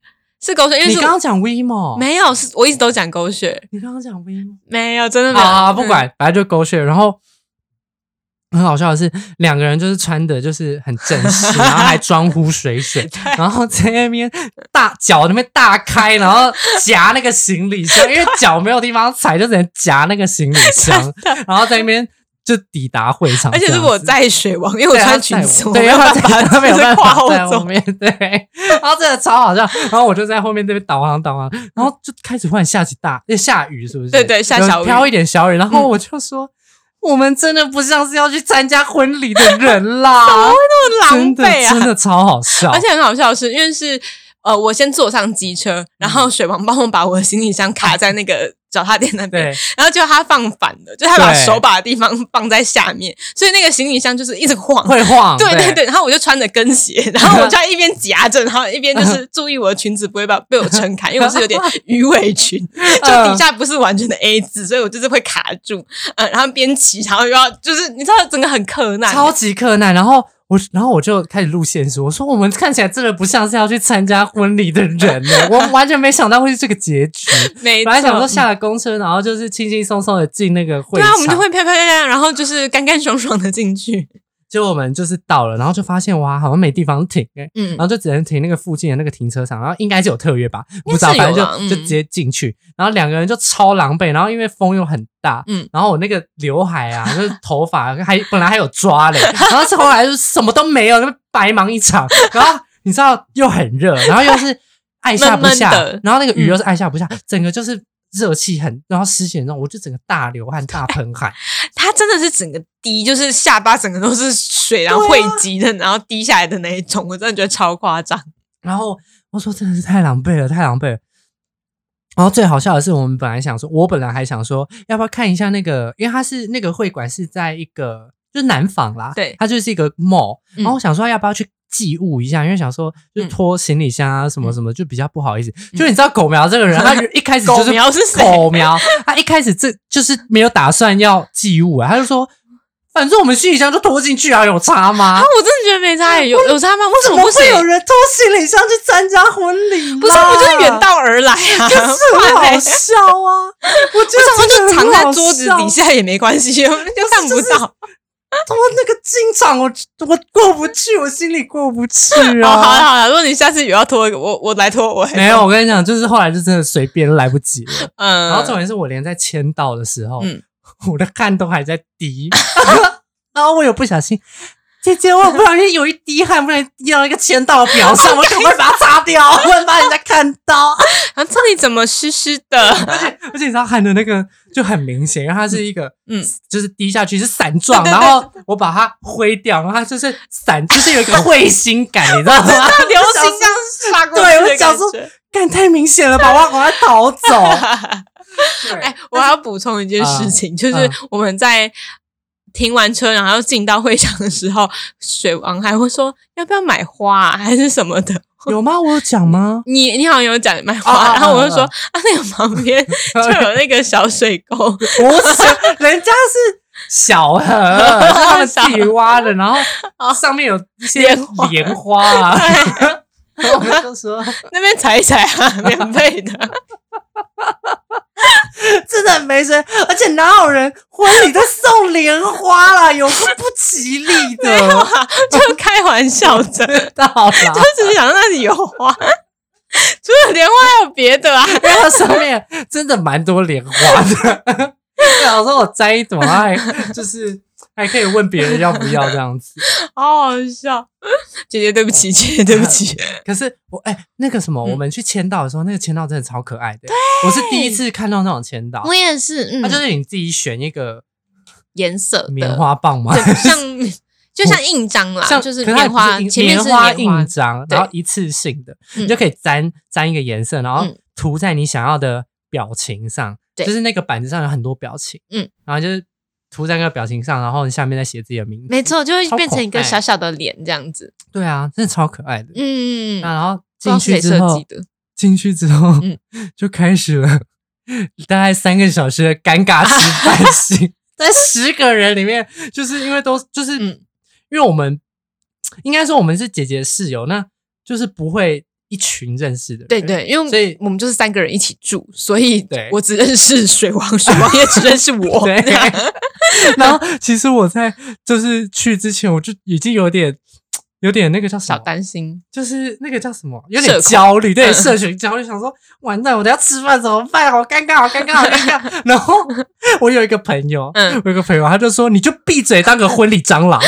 是狗血，因为你刚刚讲 WeMo 没有，是我一直都讲狗血。 你刚刚讲 WeMo 没有，真的没有啊，不管，反正就狗血。然后很好笑的是，两个人就是穿的就是很正式，然后还装呼水，然后在那边脚那边大开，然后夹那个行李箱，因为脚没有地方踩，就只能夹那个行李箱，然后在那边就抵达会场。 而且是我载水王，因为我穿裙子， 对，因为他没有办法在后面，对，然后真的超好笑。然后我就在后面这边导航，然后就开始忽然下雨，是不是？ 对，下小雨， 飘一点小雨，然后我就说。我们真的不像是要去参加婚礼的人啦， 怎么会那么狼狈啊？ 真的超好笑， 而且很好笑的是，因为是我先坐上机车，然后水王帮我把我的行李箱卡在那个脚踏垫那边，然后就他放反了，就他把手把的地方放在下面，所以那个行李箱就是一直晃， 会晃， 对，然后我就穿着跟鞋，然后我就一边夹着，然后一边就是注意我的裙子不会被我撑开，因为我是有点鱼尾裙，就底下不是完全的 A 字，所以我就是会卡住，然后边骑，然后又要就是你知道整个很克难， 超级克难，然后我就开始录现实，我说我们看起来真的不像是要去参加婚礼的人呢，我完全没想到会是这个结局。 没错， 本来想说下了公车，然后就是轻轻松松的进那个会场， 对啊，我们就会漂漂亮亮，然后就是干干爽爽的进去。 结果我们就是到了，然后就发现哇，好像没地方停然后就只能停那个附近的那个停车场，然后应该是有特约吧，不知道，反正就直接进去，然后两个人就超狼狈，然后因为风又很大，然后我那个刘海啊，就是头发本来还有抓嘞，然后后来就什么都没有，就白忙一场，然后你知道又很热，然后又是爱下不下，然后那个雨又是爱下不下，整个就是热气然后湿气很重，我就整个大流汗大喷汗。 它真的是整个滴，就是下巴整个都是水，然后汇集的，然后滴下来的那一种，我真的觉得超夸张。 然后我说真的是太狼狈了。然后最好笑的是，我本来还想说，要不要看一下那个，因为它是那个会馆是在一个就是南坊啦， 对， 它就是一个 mall，然后我想说要不要去寄物一下，因为想说就拖行李箱啊什么什么，就比较不好意思。就你知道狗苗这个人，他一开始就是狗苗是谁？ 狗苗，他一开始就是没有打算要寄物啊，他就说。反正我们行李箱就拖进去啊，有差吗？ 我真的觉得没差，有差吗？为什么不会有人拖行李箱去参加婚礼？ 不是，我就是远道而来啊， 就是很好笑啊！我觉得就藏在桌子底下也没关系，又看不到。 拖那个进场，我过不去，我心里过不去啊！ 好了，如果你下次有要拖一个，我来拖，我没有。我跟你讲，就是后来就真的随便来不及了。然后重点是我连在签到的时候，我的汗都还在滴，然后我有不小心，姐姐，我不小心有一滴汗，不然滴到一个签到表上，我赶快把它擦掉，不然把人家看到。 然后这里怎么湿湿的？ 而且你知道汗的那个就很明显，因为它是一个就是滴下去是伞状，然后我把它挥掉，然后它就是伞，就是有一个彗星感，你知道吗？ 流星这样刷过去， 对，我想说，干太明显了吧，我要赶快逃走。 我还要补充一件事情，就是我们在停完车，然后进到会场的时候，水王还会说要不要买花还是什么的。 有吗？我有讲吗？ 你好像有讲买花，然后我就说那个旁边就有那个小水沟， 不是，人家是小河，是他们自己挖的，然后上面有一些莲花啊。然后我们就说那边踩一踩啊，免费的。 真的很没水，而且哪有人婚礼在送莲花啦？有个不吉利的， 没有啊，就开玩笑的， 到啦， 就只是想那里有花，除了莲花还有别的啊， 因为它上面真的蛮多莲花的。我说我摘一朵，还可以问别人要不要这样子， 好好笑。姐姐对不起，姐姐对不起。 可是那个什么，我们去签到的时候，那个签到真的超可爱的。我是第一次看到那种签到， 我也是。 它就是你自己选一个颜色的棉花棒嘛， 就像印章啦，就是棉花，前面是棉花印章，然后一次性的，你就可以沾一个颜色，然后涂在你想要的表情上。就是那个板子上有很多表情，然后就是涂在那个表情上，然后你下面再写自己的名字， 没错，就会变成一个小小的脸这样子。 对啊，真的超可爱的。然后进去之后，就开始了大概3个小时的尴尬吃饭型，在10个人里面，就是因为因为我们应该说我们是姐姐室友，那就是不会一群认识的人。 对对，因为所以我们就是3个人一起住，所以我只认识水王，水王也只认识我。 对，然后其实我在就是去之前，我就已经有点那个叫什么小担心， 就是那个叫什么，有点焦虑，对，社群焦虑，想说完蛋，我等下吃饭怎么办？好尴尬，好尴尬，好尴尬。然后我有一个朋友，他就说，你就闭嘴当个婚礼蟑螂。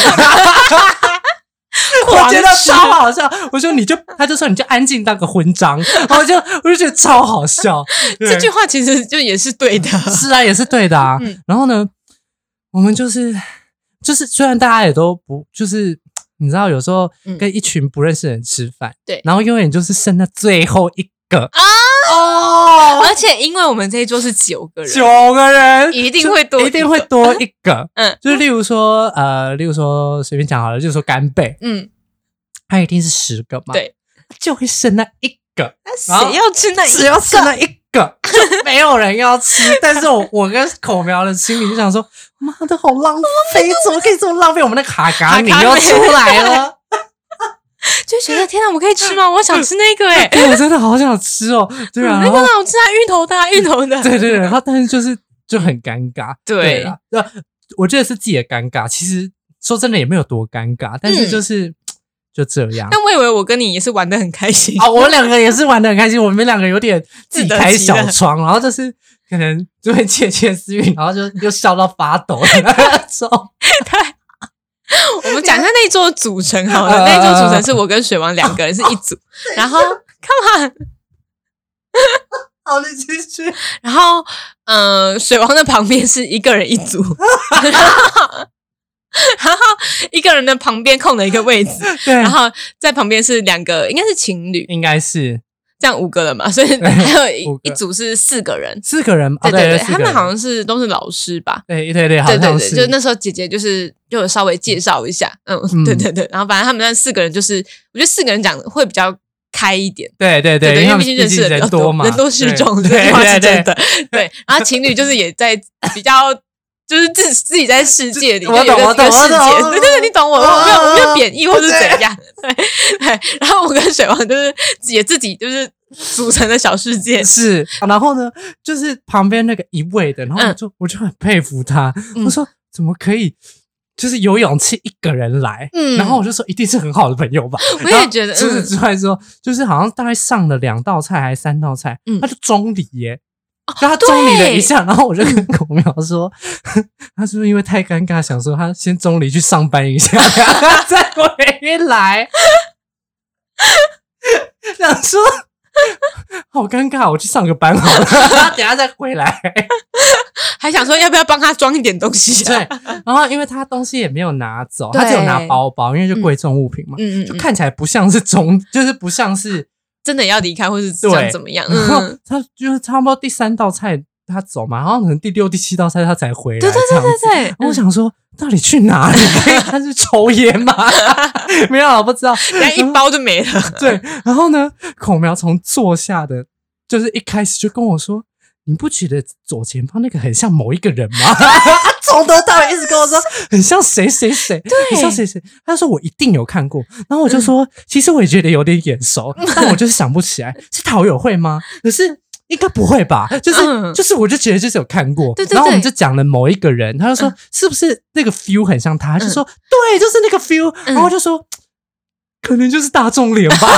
我觉得超好笑，他就说你就安静当个婚章，然后我就觉得超好笑。 这句话其实就也是对的， 是啊，也是对的啊。然后呢，我们就是虽然大家也都不就是你知道有时候跟一群不认识的人吃饭， 对， 然后永远就是剩那最后一个哦，而且因为我们这一桌是9个人， 一定会多一个，就是例如说随便讲好了，就是说干贝，它一定是10个嘛， 对， 就会剩那一个， 谁要吃那一个？ 只要吃那一个，就没有人要吃。但是我跟口苗的心里就想说，妈的，好浪费，怎么可以这么浪费？我们的卡嘎米又出来了。 就觉得天哪，我可以吃吗？我想吃那个我真的好想吃哦。对啊， 那个很好吃啊，芋头的。 对，然后但是就很尴尬。 对啊，我觉得是自己的尴尬。其实说真的也没有多尴尬，但是就这样。 但我以为我跟你也是玩得很开心啊，我们2个也是玩得很开心。我们2个有点自己开小窗，然后就是可能就会窃窃私语，然后就笑到发抖的那种。 对。我们讲一下那一桌的组成好了，那一桌组成是我跟水王2个人是一组，然后看嘛， 好，你继续。 然后水王的旁边是1个人一组，然后1个人的旁边空了一个位置， 对， 然后在旁边是2个，应该是情侣， 应该是。 这样5个人嘛，所以还有一组是4个人 ，4个人， 对，他们好像都是老师吧？ 对，好像是。 就那时候姐姐就有稍微介绍一下，对，然后反正他们那4个人就是，我觉得4个人讲会比较开一点， 对， 因为毕竟认识的人多嘛，人多势众，这句话是真的，对。然后情侣就是也在比较。就是自己在世界里， 我懂， 对，你懂我没有贬义或是怎样，对。然后我跟水王就是也自己就是组成的小世界， 是。然后呢，就是旁边那个一位的，然后我就很佩服他，我说怎么可以，就是有勇气1个人来，然后我就说一定是很好的朋友吧。 我也觉得， 除此之外说，就是好像大概上了2道菜还是3道菜，他就中离耶。就他中离了一下，然后我就跟口苗说，他是不是因为太尴尬，想说他先中离去上班一下，再回来，想说好尴尬，我去上个班好了，等一下再回来， 还想说要不要帮他装一点东西， 对，然后因为他东西也没有拿走，他只有拿包包，因为就贵重物品嘛，就看起来不像是就是不像是。 真的要离开，或是想怎么样？ 然后他就是差不多第3道菜他走嘛，然后可能第6、第7道菜他才回来。 对。 然后我想说，到底去哪里？他是抽烟吗？没有，我不知道。 然后一包就没了。 对，然后呢，口苗从坐下的，就是一开始就跟我说。你不觉得左前方那个很像某一个人吗？从头到尾一直跟我说很像谁，很像谁。他说我一定有看过，然后我就说，其实我也觉得有点眼熟，但我就是想不起来，是陶友会吗？可是应该不会吧？就是我就觉得就是有看过，然后我们就讲了某一个人，他就说是不是那个 feel 很像他？他就说对，就是那个 feel，然后我就说可能就是大众脸吧。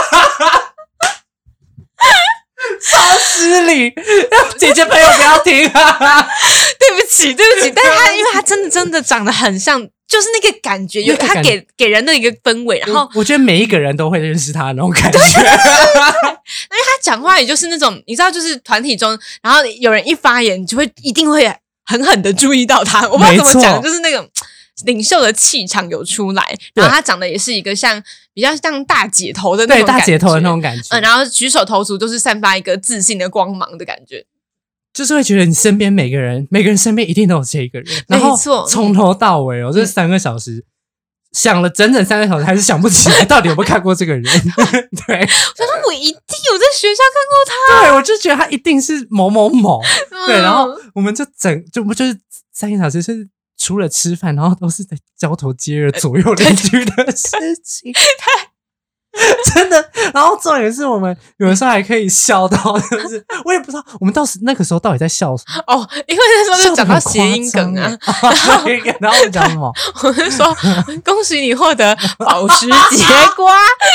超失礼，姐姐朋友不要听啊！ 对不起，但是他因为他真的长得很像，就是那个感觉，有他给人的一个氛围，然后我觉得每一个人都会认识他的那种感觉。 因为他讲话也就是那种，你知道，就是团体中，然后有人一发言，你就会一定会狠狠的注意到他。我不知道怎么讲，就是那种领袖的气场有出来，然后他长得也是一个比较像大姐头的那种感觉， 对，大姐头的那种感觉， 然后举手投足都是散发一个自信的光芒的感觉， 就是会觉得你身边每个人身边一定都有这个人，然后从头到尾这3个小时想了整整3个小时，还是想不起来到底有没有看过这个人。对， 我说我一定有在学校看过他， 对，我就觉得他一定是某某某，对，然后我们就是3个小时是。除了吃饭，然后都是在交头接耳左右邻居的事情。 真的。然后重点是我们有的时候还可以笑到，就是我也不知道我们那个时候到底在笑什么哦，因为那时候就讲到谐音梗啊， 然后我们讲什么？ 我是说恭喜你获得宝石节瓜。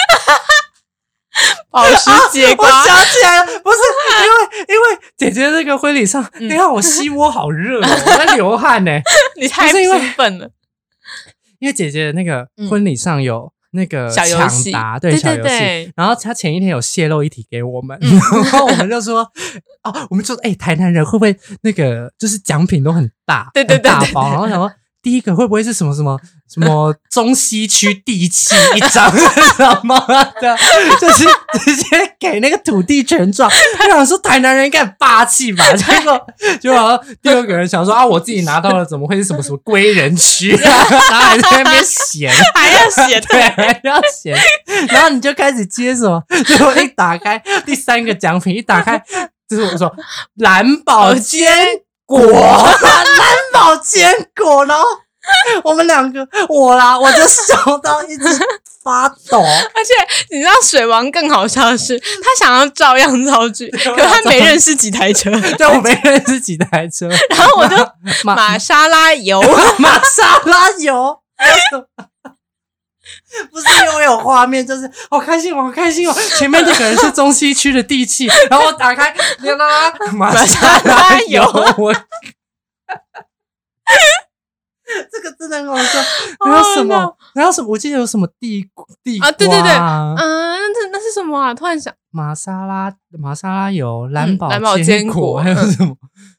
宝石节瓜， 我想起来了，不是因为姐姐那个婚礼上，你看我膝窝好热哦，我在流汗呢。 你太兴奋了， 因为姐姐的那个婚礼上有那个小游戏， 对小游戏，然后她前一天有泄露一题给我们，然后我们就说，我们就说，台南人会不会那个就是奖品都很大， 对， 大包，然后想说。第一个会不会是什么中西区地契一张什么的，就是直接给那个土地权状。我想说台南人应该很霸气吧，结果第二个人想说我自己拿到了，怎么会是什么归人区然后还在那边嫌， 还要嫌， 对，还要嫌。然后你就开始接什么，结果一打开第三个奖品，一打开就是我说蓝宝坚果，蓝宝坚果，然后我们两个，我就笑到一直发抖。 而且你知道水王更好笑的是，他想要照样造句，可他没认识几台车。 对，我没认识几台车。 然后我就玛莎拉油， 玛莎拉油。不是因为有画面，就是好开心哦，好开心哦！前面那个人是中西区的地契，然后我打开，玛莎拉油，这个真的很好笑。还有什么？我记得有什么地瓜啊？对，那是什么啊？突然想， 玛莎拉油、蓝宝坚果，还有什么？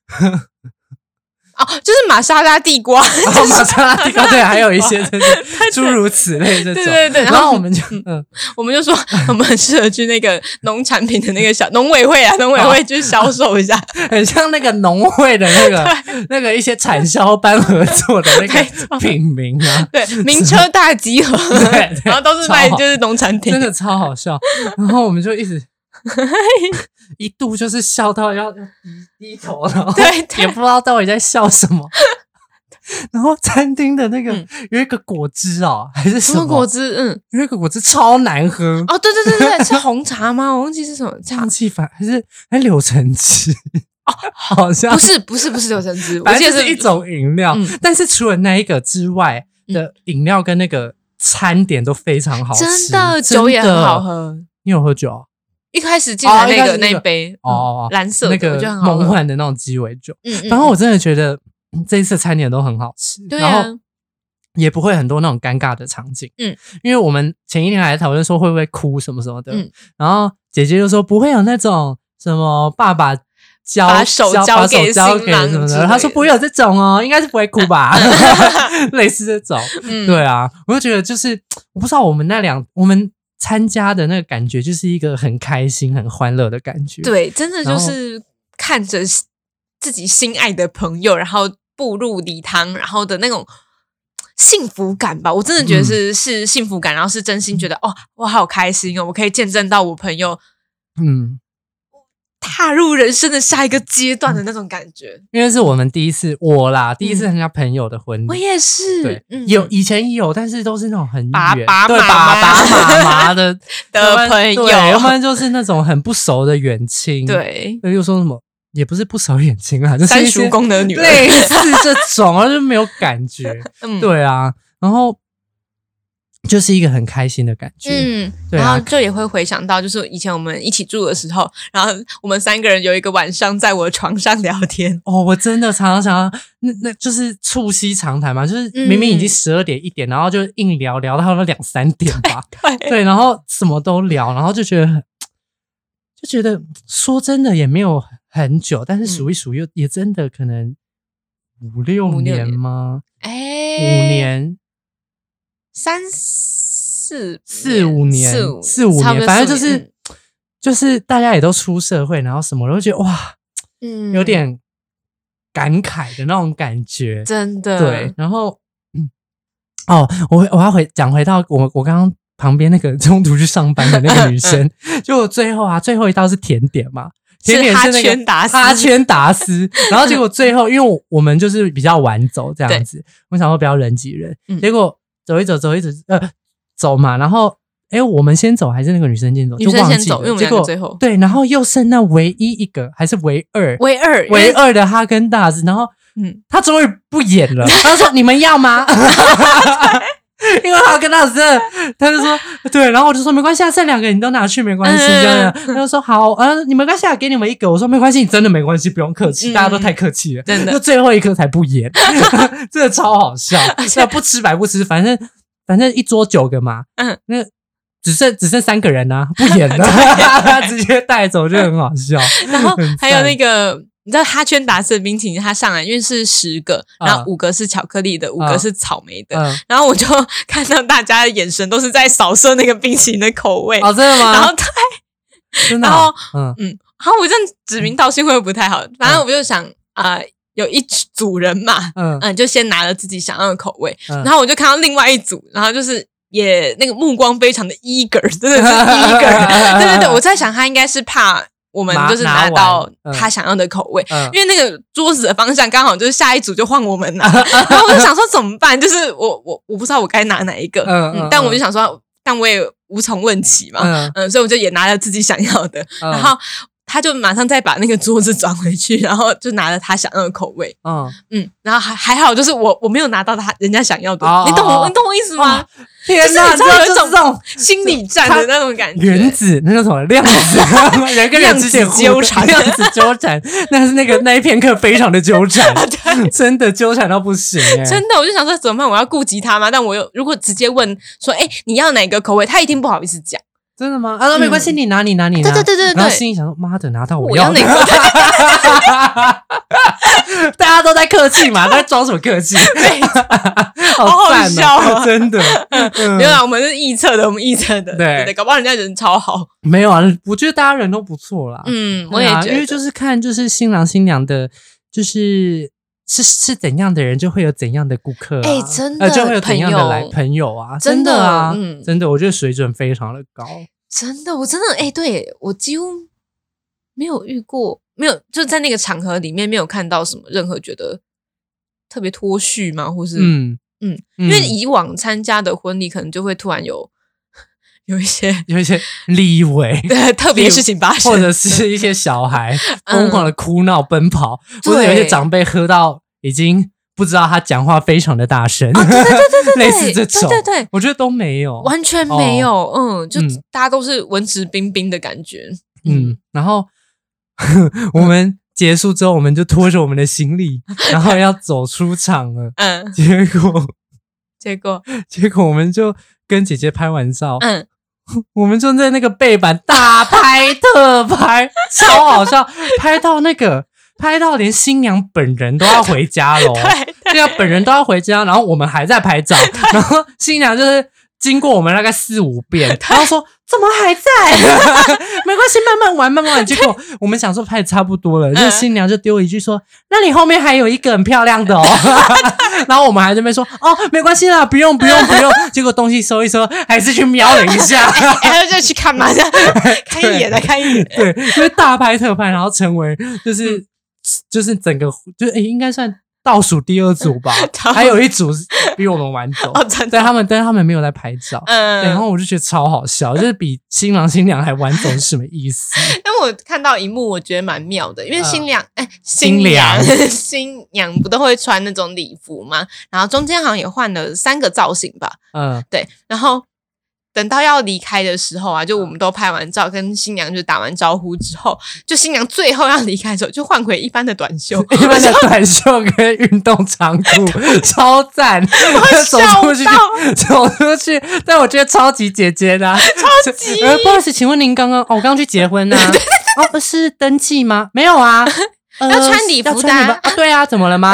就是玛莎拉地瓜， 玛莎拉地瓜，对，还有一些诸如此类这种。 对， 然后我们就我们就说我们很适合去那个农产品的那个小农委会去销售一下， 很像那个农会的那个一些产销班合作的那个品名啊， 对，名车大集合，对，然后都是卖就是农产品， 真的超好笑。然后我们就一度就是笑到要低头，然后也不知道到底在笑什么。然后餐厅的那个有一个果汁还是什么果汁？ 有一个果汁超难喝。 对，是红茶吗？我忘记是什么茶， 胀气反还是柳橙汁？好像不是柳橙汁， 反正是一种饮料。但是除了那一个之外的饮料跟那个餐点都非常好吃， 真的酒也很好喝。 你有喝酒？ 一开始进来那一杯蓝色那个梦幻的那种鸡尾酒，然后我真的觉得这一次餐点都很好吃，然后也不会很多那种尴尬的场景，因为我们前一天还讨论说会不会哭什么什么的，然后姐姐就说不会有那种什么爸爸把手交给新郎什么的，他说不会有这种应该是不会哭吧，类似这种，对啊，我就觉得就是我不知道我们参加的那个感觉就是一个很开心很欢乐的感觉， 对，真的就是看着自己心爱的朋友然后步入礼堂然后的那种幸福感吧，我真的觉得是幸福感，然后是真心觉得我好开心我可以见证到我朋友踏入人生的下一个阶段的那种感觉， 因为是我们第一次参加朋友的婚礼， 我也是， 对，以前有，但是都是那种很远爸妈的朋友， 对，要不然就是那种很不熟的远亲， 对， 又说什么也不是不熟远亲啊，就是三叔公的女儿， 类似这种，就没有感觉，对啊，然后。就是一个很开心的感觉，对啊， 然后就也会回想到，就是以前我们一起住的时候，然后我们3个人有一个晚上在我的床上聊天。 我真的常常想要，那就是促膝长谈嘛，就是明明已经12点1点，然后就硬聊到了2、3点吧，对，然后什么都聊，然后就觉得说真的也没有很久，但是数一数也真的可能5、6年吗？5年。 4、 5年，反正就是大家也都出社会，然后什么都觉得哇，有点感慨的那种感觉， 真的。 对，然后我要回到我刚刚旁边那个中途去上班的那个女生，就最后一道是甜点嘛，甜点是那个哈圈达斯，然后结果最后因为我们就是比较晚走这样子，我想说不要人挤人，结果。走一走嘛，然后我们先走还是那个女生先走？ 女生先走，因为我们两个最后。 对，然后又剩那唯一一个还是唯二的哈根达斯，然后他终于不演了，他说你们要吗？因为哈根达斯他就说对，然后我就说没关系啊，剩2个你都拿去没关系，这样他就说好你没关系啊，给你们1个。我说没关系，你真的没关系，不用客气，大家都太客气了， 真的， 就最后一刻才不演，真的超好笑。那不吃白不吃，反正一桌9个嘛，那只剩3个人啊，不演了，直接带走，就很好笑。 然后还有那个。你知道哈圈达斯的冰淇淋，它上来因为是10个，然后5个是巧克力的，5个是草莓的，然后我就看到大家的眼神都是在扫射那个冰淇淋的口味。 哦，真的吗？ 然后对， 真的， 然后好，我这样指名道姓会不会不太好？反正我就想有一组人嘛，就先拿了自己想要的口味，然后我就看到另外一组，然后就是也那个目光非常的 eager， 真的是 eager， 对，我在想他应该是怕。我们就是拿到他想要的口味，因为那个桌子的方向刚好就是下一组就换我们拿，然后我就想说怎么办？就是我不知道我该拿哪一个，但我就想说，但我也无从问起嘛，所以我就也拿了自己想要的，然后他就马上再把那个桌子转回去，然后就拿了他想要的口味，然后还好，就是我没有拿到人家想要的，你懂我意思吗？ 天哪， 就是有一种心理战的那种感觉。 原子那叫什么？量子，人跟人之间纠缠， 量子纠缠，那是那一片刻非常的纠缠，真的纠缠到不行真的，我就想说怎么办？我要顾及他吗？但我如果直接问说，你要哪个口味？他一定不好意思讲。 真的吗？没关系，你拿。 对。 然后心里想说，妈的，拿到我要哪个？大家都在客气嘛，在装什么客气？ 好笑啊！ 真的。 没有啦，我们是臆测的，对，搞不好人家人超好。 没有啊，我觉得大家人都不错啦。 我也觉得， 因为就是看就是新郎新娘的，就是怎样的人，就会有怎样的顾客真的， 就会有怎样的朋友啊，真的啊，真的，我觉得水准非常的高。 真的，我真的对我几乎没有遇过，没有就在那个場合里面没有看到什么任何觉得特别脱序吗？或是因为以往参加的婚礼可能就会突然有一些例外， 对，特别事情发生， 或者是一些小孩疯狂的哭闹奔跑，或者有一些长辈喝到已经不知道他讲话非常的大声， 对， 类似这种， 对， 我觉得都没有， 完全没有，就大家都是文质彬彬的感觉， 然后我们结束之后，我们就拖着我们的行李，然后要走出场了，结果我们就跟姐姐拍完照，我们就在那个背板大拍特拍，超好笑，拍到连新娘本人都要回家咯，对啊，本人都要回家，然后我们还在拍照，然后新娘就是经过我们大概4-5遍，然后说怎么还在？没关系，慢慢玩。结果我们想说拍的差不多了，就新娘就丢一句说：“那你后面还有一个很漂亮的哦。”然后我们还在那边说：“哦，没关系啦，不用。”结果东西收一收，还是去瞄了一下， 就去看嘛，看一眼。 对，因为大拍特拍，然后成为就是整个应该算倒数第2组吧，还有一组比我们晚走，但他们没有在拍照，然后我就觉得超好笑，就是比新郎新娘还晚走是什么意思？ 因为我看到一幕，我觉得蛮妙的，因为新娘不都会穿那种礼服吗？然后中间好像也换了3个造型吧，对，然后等到要离开的时候啊，就我们都拍完照，跟新娘就打完招呼之后，就新娘最后要离开的时候，就换回一般的短袖， 跟运动长裤，超赞！走出去，但我觉得超级姐姐的， 超级。 不好意思，请问您刚刚我刚去结婚啊？是登记吗？没有啊。 要穿礼服的对啊，怎么了吗？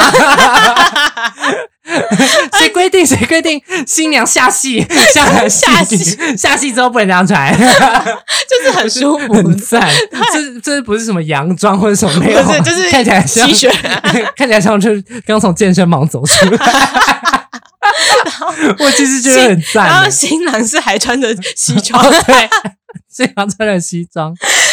谁规定新娘下戏之后不能这样穿， 就是很舒服， 很赞。这不是什么洋装或者什么，没有， 就是看起来像 T 恤， 看起来像就是刚从健身房走出来。我其实觉得很赞。 然后新郎是还穿着西装， 对，新郎穿着西装， 然后我就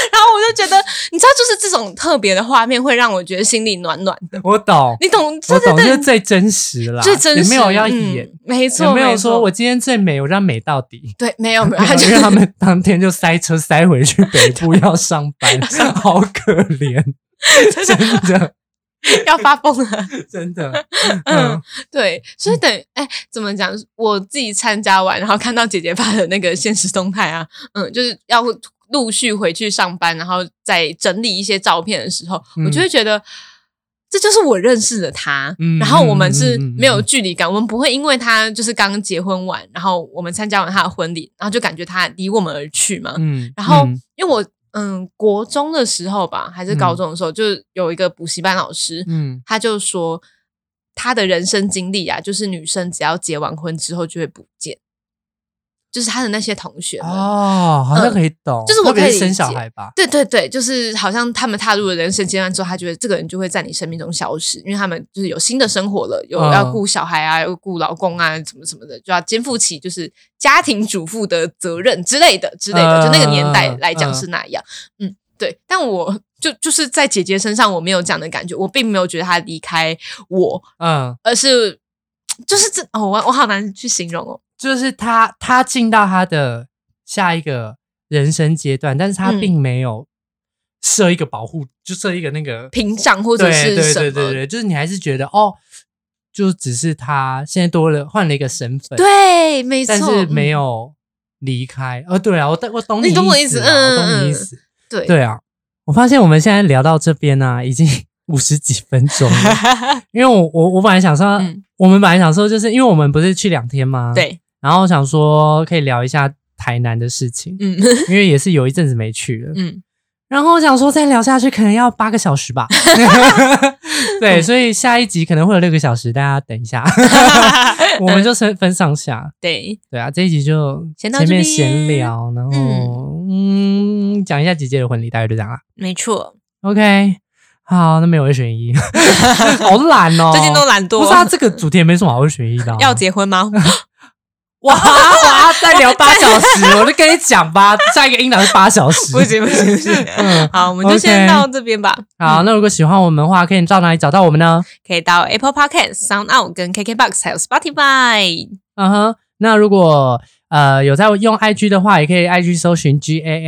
就觉得，你知道，就是这种特别的画面会让我觉得心里暖暖的。 我懂， 你懂， 我懂，就是最真实啦， 最真实， 也没有要演， 没错， 也没有说我今天最美，我让美到底。 对，没有，因为他们当天就塞车塞回去北部要上班，好可怜，真的。 要发疯了， 真的， 对，所以怎么讲？我自己参加完，然后看到姐姐发的那个现实动态啊，就是要陆续回去上班，然后再整理一些照片的时候，我就会觉得这就是我认识的他，然后我们是没有距离感，我们不会因为他就是刚结婚完，然后我们参加完他的婚礼，然后就感觉他离我们而去嘛，然后因为我。国中的时候吧，还是高中的时候，就有一个补习班老师，他就说他的人生经历啊，就是女生只要结完婚之后就会不见，就是他的那些同学们好像可以懂， 就是我可以生小孩吧， 对，就是好像他们踏入了人生阶段之后，他觉得这个人就会在你生命中消失，因为他们就是有新的生活了，有要顾小孩啊，要顾老公啊，什么什么的，就要肩负起就是家庭主妇的责任之类的，就那个年代来讲是那样，对，但我就是在姐姐身上我没有这样的感觉，我并没有觉得她离开我，而是就是我好难去形容哦。 就是他进到他的下一个人生阶段，但是他并没有设一个保护，就设一个那个屏障或者是什么， 对，就是你还是觉得就只是他现在换了一个身份， 对，没错， 但是没有离开。对啊，我懂你懂我意思， 我懂你意思， 对啊。我发现我们现在聊到这边啊，已经50几分钟了，因为我本来想说，我们本来想说，就是因为我们不是去2天吗？ 对。 然后想说可以聊一下台南的事情，因为也是有一阵子没去了，然后我想说再聊下去可能要8个小时吧，对，所以下一集可能会有6个小时，大家等一下，我们就分上下， 对啊，这一集就前面闲聊，然后讲一下姐姐的婚礼，大概就这样啦， 没错 ，OK。好，那没有2选1，好懒哦， 最近都懒惰。 不是这个主题也没什么好2选1的， 要结婚吗？ 哇，再聊8小时，我就跟你讲吧，下一个音档是8小时， 不行，好，我们就先到这边吧。 好，那如果喜欢我们的话，可以到哪里找到我们呢？ 可以到 Apple Podcast、SoundOut 跟 KKBox 还有 Spotify。 那如果有在用 IG 的话，也可以 IG 搜寻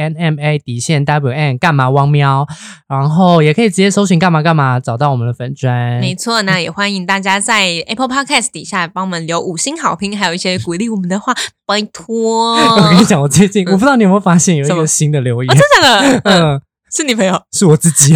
GANMA_WN 干嘛汪喵，然后也可以直接搜寻干嘛干嘛找到我们的粉专。 没错，那也欢迎大家在 Apple Podcast 底下帮我们留5星好评，还有一些鼓励我们的话，拜托。 我跟你讲，我最近我不知道你有没有发现有一个新的留言， 真的？是你朋友？ 是我自己。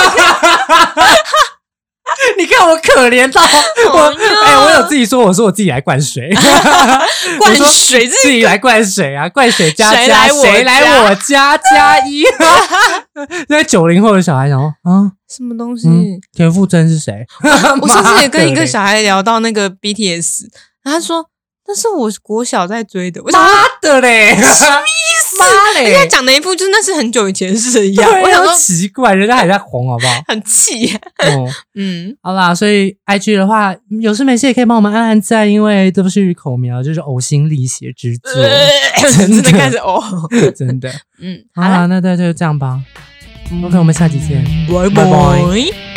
你看我可怜到我有自己说，我说我自己来灌水， 灌水自己来灌水啊，灌水加谁来我家加1。那90后的小孩想说什么东西？ 田馥甄是谁？ 我上次也跟一个小孩聊到那个 BTS， 然后他说那是我国小在追的， 妈的嘞， 什么意思？妈嘞，人家讲的一副就那是很久以前的事一样， 我想说奇怪，人家还在红，好不好？ 很气。 好啦，所以 IG 的话，有事没事也可以帮我们按赞，因为这不是与口苗，就是呕心沥血之作， 真的开始真的。好啦，那就这样吧。OK，我们下集见，拜拜。